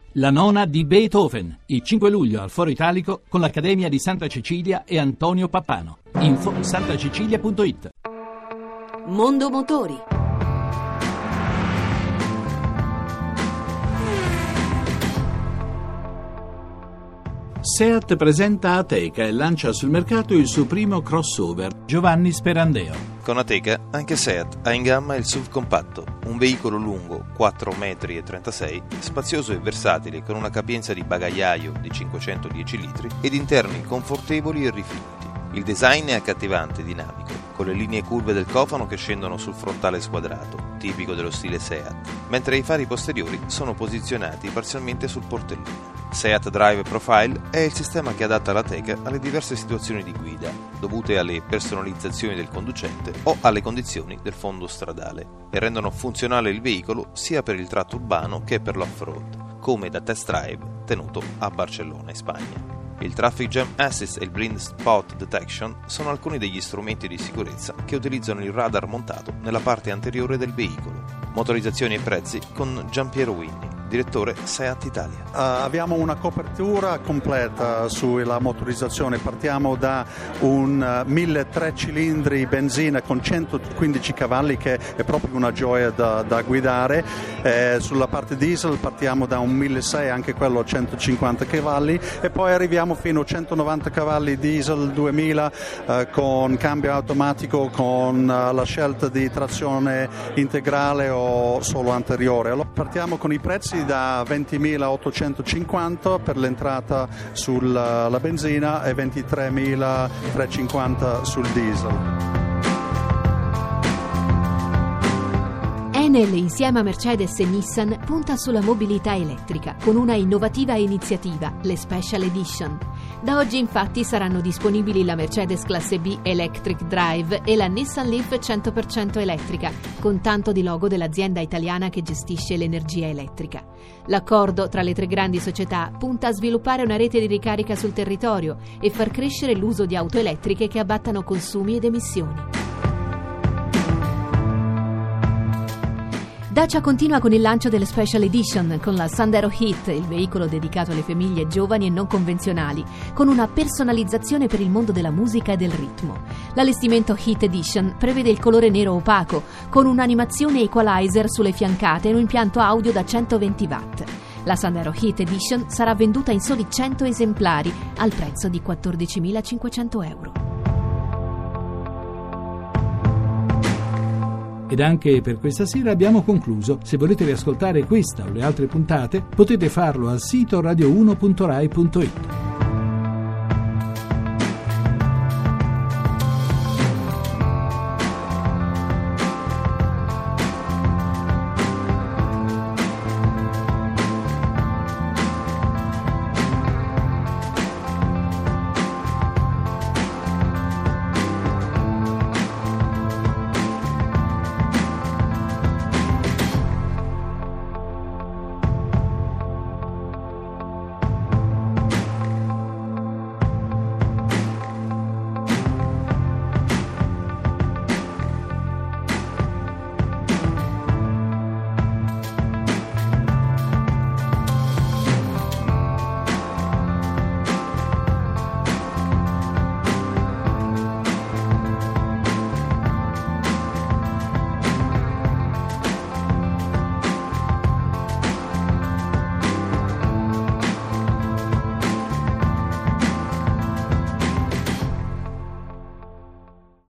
La nona di Beethoven, il 5 luglio al Foro Italico con l'Accademia di Santa Cecilia e Antonio Pappano. Info santacecilia.it. Mondo Motori. Seat presenta Ateca e lancia sul mercato il suo primo crossover, Giovanni Sperandeo. Con Ateca anche Seat ha in gamma il SUV compatto, un veicolo lungo 4,36 m, spazioso e versatile con una capienza di bagagliaio di 510 litri ed interni confortevoli e rifiniti. Il design è accattivante e dinamico, con le linee curve del cofano che scendono sul frontale squadrato, tipico dello stile Seat, mentre i fari posteriori sono posizionati parzialmente sul portellino. Seat Drive Profile è il sistema che adatta l'Ateca alle diverse situazioni di guida, dovute alle personalizzazioni del conducente o alle condizioni del fondo stradale, e rendono funzionale il veicolo sia per il tratto urbano che per l'off-road, come da test drive tenuto a Barcellona, in Spagna. Il Traffic Jam Assist e il Blind Spot Detection sono alcuni degli strumenti di sicurezza che utilizzano il radar montato nella parte anteriore del veicolo. Motorizzazioni e prezzi con Giampiero Winni, direttore Seat Italia. Abbiamo una copertura completa sulla motorizzazione. Partiamo da un 1.3 cilindri benzina con 115 cavalli, che è proprio una gioia da guidare. Sulla parte diesel partiamo da un 1.600, anche quello a 150 cavalli, e poi arriviamo fino a 190 cavalli diesel 2000 con cambio automatico, con la scelta di trazione integrale o solo anteriore. Allora, partiamo con i prezzi da 20.850 per l'entrata sulla benzina e 23.350 sul diesel. Enel, insieme a Mercedes e Nissan, punta sulla mobilità elettrica con una innovativa iniziativa, le Special Edition. Da oggi infatti saranno disponibili la Mercedes Classe B Electric Drive e la Nissan Leaf 100% elettrica, con tanto di logo dell'azienda italiana che gestisce l'energia elettrica. L'accordo tra le tre grandi società punta a sviluppare una rete di ricarica sul territorio e far crescere l'uso di auto elettriche che abbattano consumi ed emissioni. Dacia continua con il lancio delle Special Edition con la Sandero Hit, il veicolo dedicato alle famiglie giovani e non convenzionali, con una personalizzazione per il mondo della musica e del ritmo. L'allestimento Hit Edition prevede il colore nero opaco, con un'animazione equalizer sulle fiancate e un impianto audio da 120 watt. La Sandero Hit Edition sarà venduta in soli 100 esemplari, al prezzo di 14.500 euro. Ed anche per questa sera abbiamo concluso. Se volete riascoltare questa o le altre puntate, potete farlo al sito radio1.rai.it.